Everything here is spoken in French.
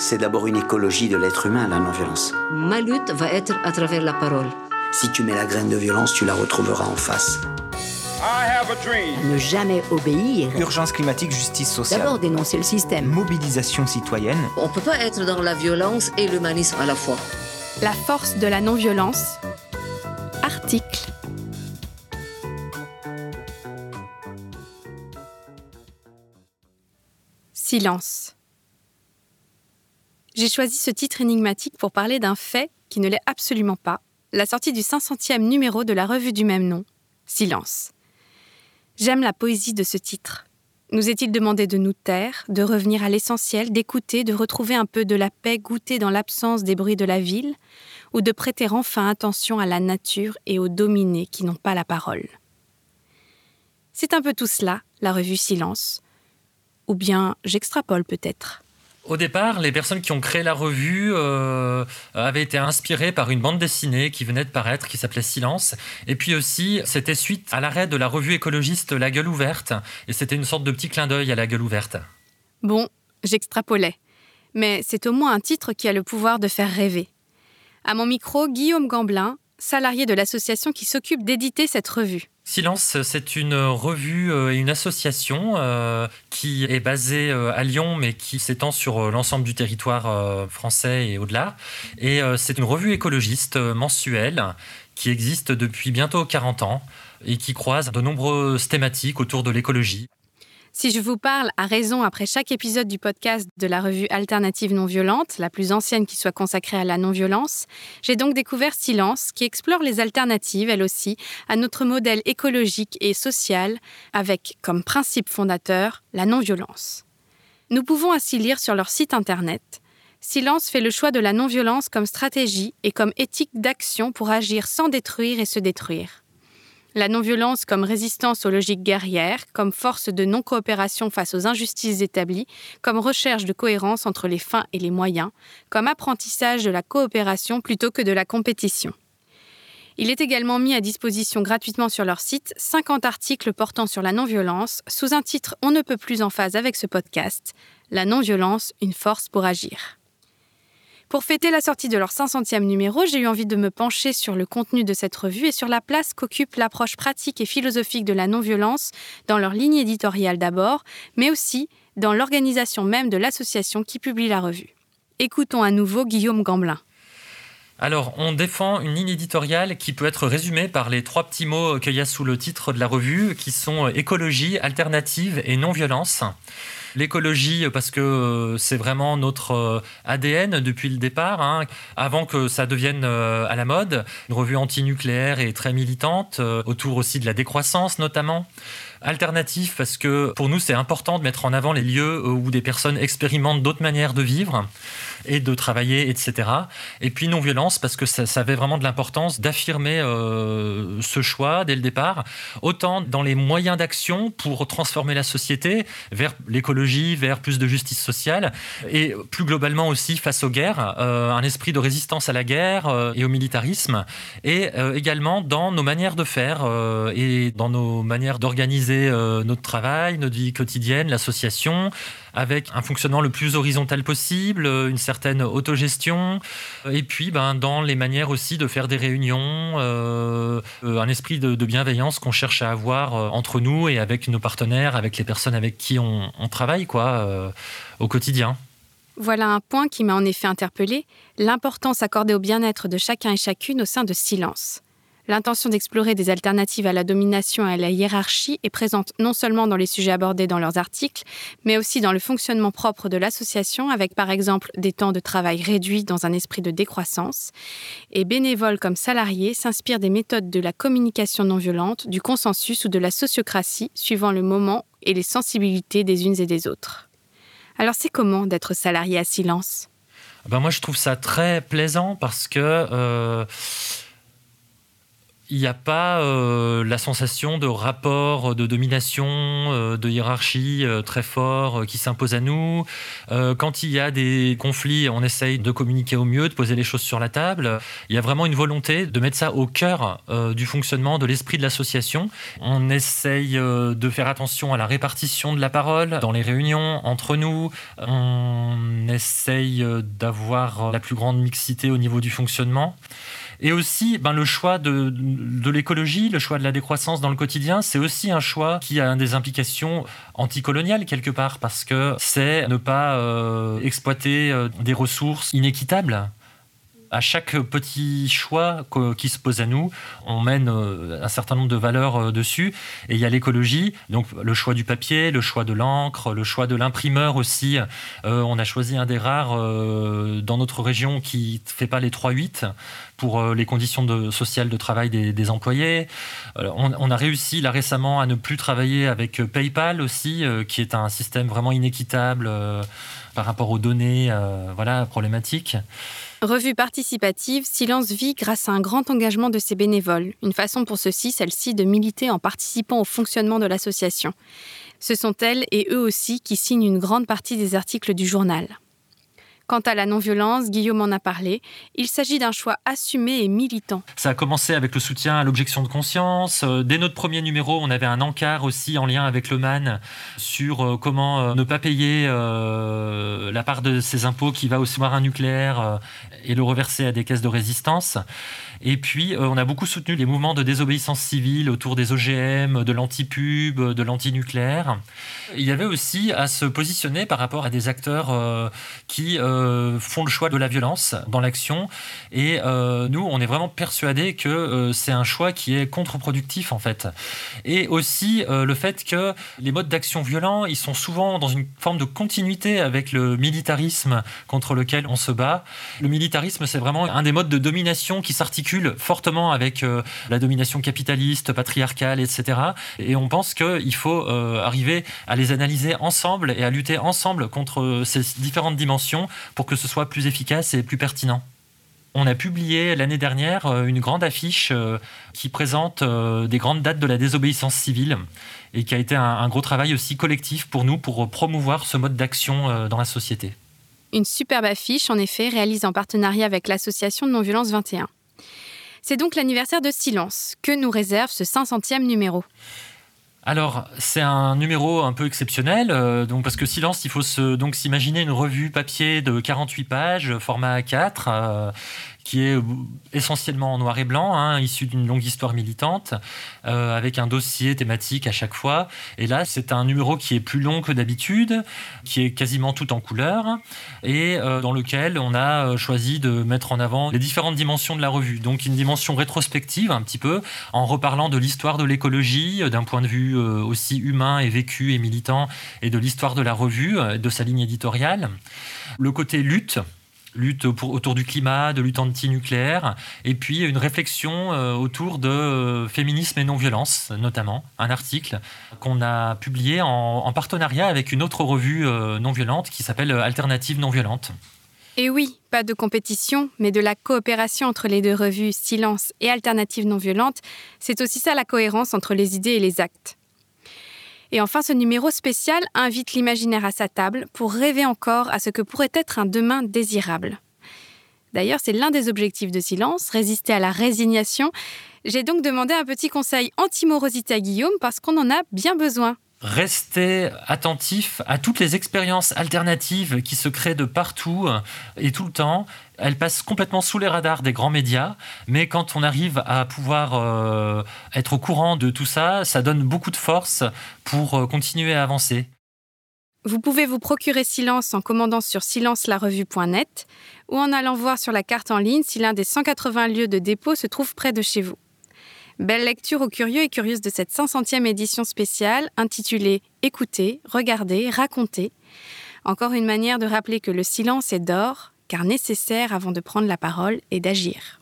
C'est d'abord une écologie de l'être humain, la non-violence. Ma lutte va être à travers la parole. Si tu mets la graine de violence, tu la retrouveras en face. Ne jamais obéir. Urgence climatique, justice sociale. D'abord dénoncer le système. Mobilisation citoyenne. On ne peut pas être dans la violence et l'humanisme à la fois. La force de la non-violence. Article. Silence. J'ai choisi ce titre énigmatique pour parler d'un fait qui ne l'est absolument pas, la sortie du 500e numéro de la revue du même nom, Silence. J'aime la poésie de ce titre. Nous est-il demandé de nous taire, de revenir à l'essentiel, d'écouter, de retrouver un peu de la paix goûtée dans l'absence des bruits de la ville, ou de prêter enfin attention à la nature et aux dominés qui n'ont pas la parole. C'est un peu tout cela, la revue Silence. Ou bien j'extrapole peut-être. Au départ, les personnes qui ont créé la revue avaient été inspirées par une bande dessinée qui venait de paraître, qui s'appelait Silence. Et puis aussi, c'était suite à l'arrêt de la revue écologiste La Gueule Ouverte. Et c'était une sorte de petit clin d'œil à La Gueule Ouverte. Bon, j'extrapolais. Mais c'est au moins un titre qui a le pouvoir de faire rêver. À mon micro, Guillaume Gamblin, salarié de l'association qui s'occupe d'éditer cette revue. Silence, c'est une revue et une association qui est basée à Lyon, mais qui s'étend sur l'ensemble du territoire français et au-delà. Et c'est une revue écologiste mensuelle qui existe depuis bientôt 40 ans et qui croise de nombreuses thématiques autour de l'écologie. Si je vous parle à raison après chaque épisode du podcast de la revue Alternative non-violente, la plus ancienne qui soit consacrée à la non-violence, j'ai donc découvert Silence, qui explore les alternatives, elle aussi, à notre modèle écologique et social, avec comme principe fondateur la non-violence. Nous pouvons ainsi lire sur leur site internet « Silence fait le choix de la non-violence comme stratégie et comme éthique d'action pour agir sans détruire et se détruire. » La non-violence comme résistance aux logiques guerrières, comme force de non-coopération face aux injustices établies, comme recherche de cohérence entre les fins et les moyens, comme apprentissage de la coopération plutôt que de la compétition. Il est également mis à disposition gratuitement sur leur site 50 articles portant sur la non-violence, sous un titre on ne peut plus en phase avec ce podcast, « La non-violence, une force pour agir ». Pour fêter la sortie de leur 500e numéro, j'ai eu envie de me pencher sur le contenu de cette revue et sur la place qu'occupe l'approche pratique et philosophique de la non-violence dans leur ligne éditoriale d'abord, mais aussi dans l'organisation même de l'association qui publie la revue. Écoutons à nouveau Guillaume Gamblin. Alors, on défend une ligne éditoriale qui peut être résumée par les 3 petits mots qu'il y a sous le titre de la revue, qui sont écologie, alternative et non-violence. L'écologie, parce que c'est vraiment notre ADN depuis le départ, avant que ça devienne à la mode. Une revue anti-nucléaire et très militante, autour aussi de la décroissance notamment. Alternatif, parce que pour nous, c'est important de mettre en avant les lieux où des personnes expérimentent d'autres manières de vivre et de travailler, etc. Et puis non-violence, parce que ça avait vraiment de l'importance d'affirmer ce choix dès le départ, autant dans les moyens d'action pour transformer la société vers l'écologie, vers plus de justice sociale, et plus globalement aussi face aux guerres, un esprit de résistance à la guerre et au militarisme, et également dans nos manières de faire et dans nos manières d'organiser notre travail, notre vie quotidienne, l'association, avec un fonctionnement le plus horizontal possible, une certaine autogestion, et puis dans les manières aussi de faire des réunions, un esprit de bienveillance qu'on cherche à avoir entre nous et avec nos partenaires, avec les personnes avec qui on travaille au quotidien. Voilà un point qui m'a en effet interpellée, l'importance accordée au bien-être de chacun et chacune au sein de Silence. L'intention d'explorer des alternatives à la domination et à la hiérarchie est présente non seulement dans les sujets abordés dans leurs articles, mais aussi dans le fonctionnement propre de l'association, avec par exemple des temps de travail réduits dans un esprit de décroissance. Et bénévoles comme salariés s'inspirent des méthodes de la communication non violente, du consensus ou de la sociocratie, suivant le moment et les sensibilités des unes et des autres. Alors c'est comment d'être salarié à Silence ? Moi je trouve ça très plaisant parce que... il n'y a pas la sensation de rapport de domination, de hiérarchie très fort qui s'impose à nous. Quand il y a des conflits, on essaye de communiquer au mieux, de poser les choses sur la table. Il y a vraiment une volonté de mettre ça au cœur du fonctionnement, de l'esprit de l'association. On essaye de faire attention à la répartition de la parole dans les réunions, entre nous. On essaye d'avoir la plus grande mixité au niveau du fonctionnement. Et aussi, le choix de l'écologie, le choix de la décroissance dans le quotidien, c'est aussi un choix qui a des implications anticoloniales quelque part, parce que c'est ne pas exploiter des ressources inéquitables. À chaque petit choix qui se pose à nous, on mène un certain nombre de valeurs dessus. Et il y a l'écologie, donc le choix du papier, le choix de l'encre, le choix de l'imprimeur aussi. On a choisi un des rares dans notre région qui ne fait pas les 3-8 pour les conditions sociales de travail des employés. On a réussi là récemment à ne plus travailler avec PayPal aussi, qui est un système vraiment inéquitable par rapport aux données problématiques. Revue participative, Silence vit grâce à un grand engagement de ses bénévoles, une façon pour celle-ci de militer en participant au fonctionnement de l'association. Ce sont elles et eux aussi qui signent une grande partie des articles du journal. Quant à la non-violence, Guillaume en a parlé, il s'agit d'un choix assumé et militant. Ça a commencé avec le soutien à l'objection de conscience. Dès notre premier numéro, on avait un encart aussi en lien avec le MAN sur comment ne pas payer la part de ses impôts qui va au sous-marin nucléaire et le reverser à des caisses de résistance. Et puis, on a beaucoup soutenu les mouvements de désobéissance civile autour des OGM, de l'anti-pub, de l'anti-nucléaire. Il y avait aussi à se positionner par rapport à des acteurs qui font le choix de la violence dans l'action. Et nous, on est vraiment persuadés que c'est un choix qui est contre-productif, en fait. Et aussi le fait que les modes d'action violents, ils sont souvent dans une forme de continuité avec le militarisme contre lequel on se bat. Le militarisme, c'est vraiment un des modes de domination qui s'articule fortement avec la domination capitaliste, patriarcale, etc. Et on pense qu'il faut arriver à les analyser ensemble et à lutter ensemble contre ces différentes dimensions pour que ce soit plus efficace et plus pertinent. On a publié l'année dernière une grande affiche qui présente des grandes dates de la désobéissance civile et qui a été un gros travail aussi collectif pour nous pour promouvoir ce mode d'action dans la société. Une superbe affiche, en effet, réalisée en partenariat avec l'association Non-Violence 21. C'est donc l'anniversaire de Silence. Que nous réserve ce 500e numéro ? Alors, c'est un numéro un peu exceptionnel, parce que Silence, il faut s'imaginer une revue papier de 48 pages, format A4, qui est essentiellement en noir et blanc, issu d'une longue histoire militante, avec un dossier thématique à chaque fois. Et là, c'est un numéro qui est plus long que d'habitude, qui est quasiment tout en couleur, et dans lequel on a choisi de mettre en avant les différentes dimensions de la revue. Donc une dimension rétrospective, un petit peu, en reparlant de l'histoire de l'écologie, d'un point de vue aussi humain et vécu et militant, et de l'histoire de la revue, de sa ligne éditoriale. Le côté lutte autour du climat, de lutte anti-nucléaire, et puis une réflexion autour de féminisme et non-violence, notamment, un article qu'on a publié en partenariat avec une autre revue non-violente qui s'appelle Alternative non-violente. Et oui, pas de compétition, mais de la coopération entre les deux revues Silence et Alternative non-violente, c'est aussi ça la cohérence entre les idées et les actes. Et enfin, ce numéro spécial invite l'imaginaire à sa table pour rêver encore à ce que pourrait être un demain désirable. D'ailleurs, c'est l'un des objectifs de Silence, résister à la résignation. J'ai donc demandé un petit conseil anti-morosité à Guillaume parce qu'on en a bien besoin. Restez attentif à toutes les expériences alternatives qui se créent de partout et tout le temps. Elles passent complètement sous les radars des grands médias, mais quand on arrive à pouvoir être au courant de tout ça, ça donne beaucoup de force pour continuer à avancer. Vous pouvez vous procurer Silence en commandant sur silencelarevue.net ou en allant voir sur la carte en ligne si l'un des 180 lieux de dépôt se trouve près de chez vous. Belle lecture aux curieux et curieuses de cette 500e édition spéciale intitulée « Écoutez, regardez, racontez ». Encore une manière de rappeler que le silence est d'or, car nécessaire avant de prendre la parole et d'agir.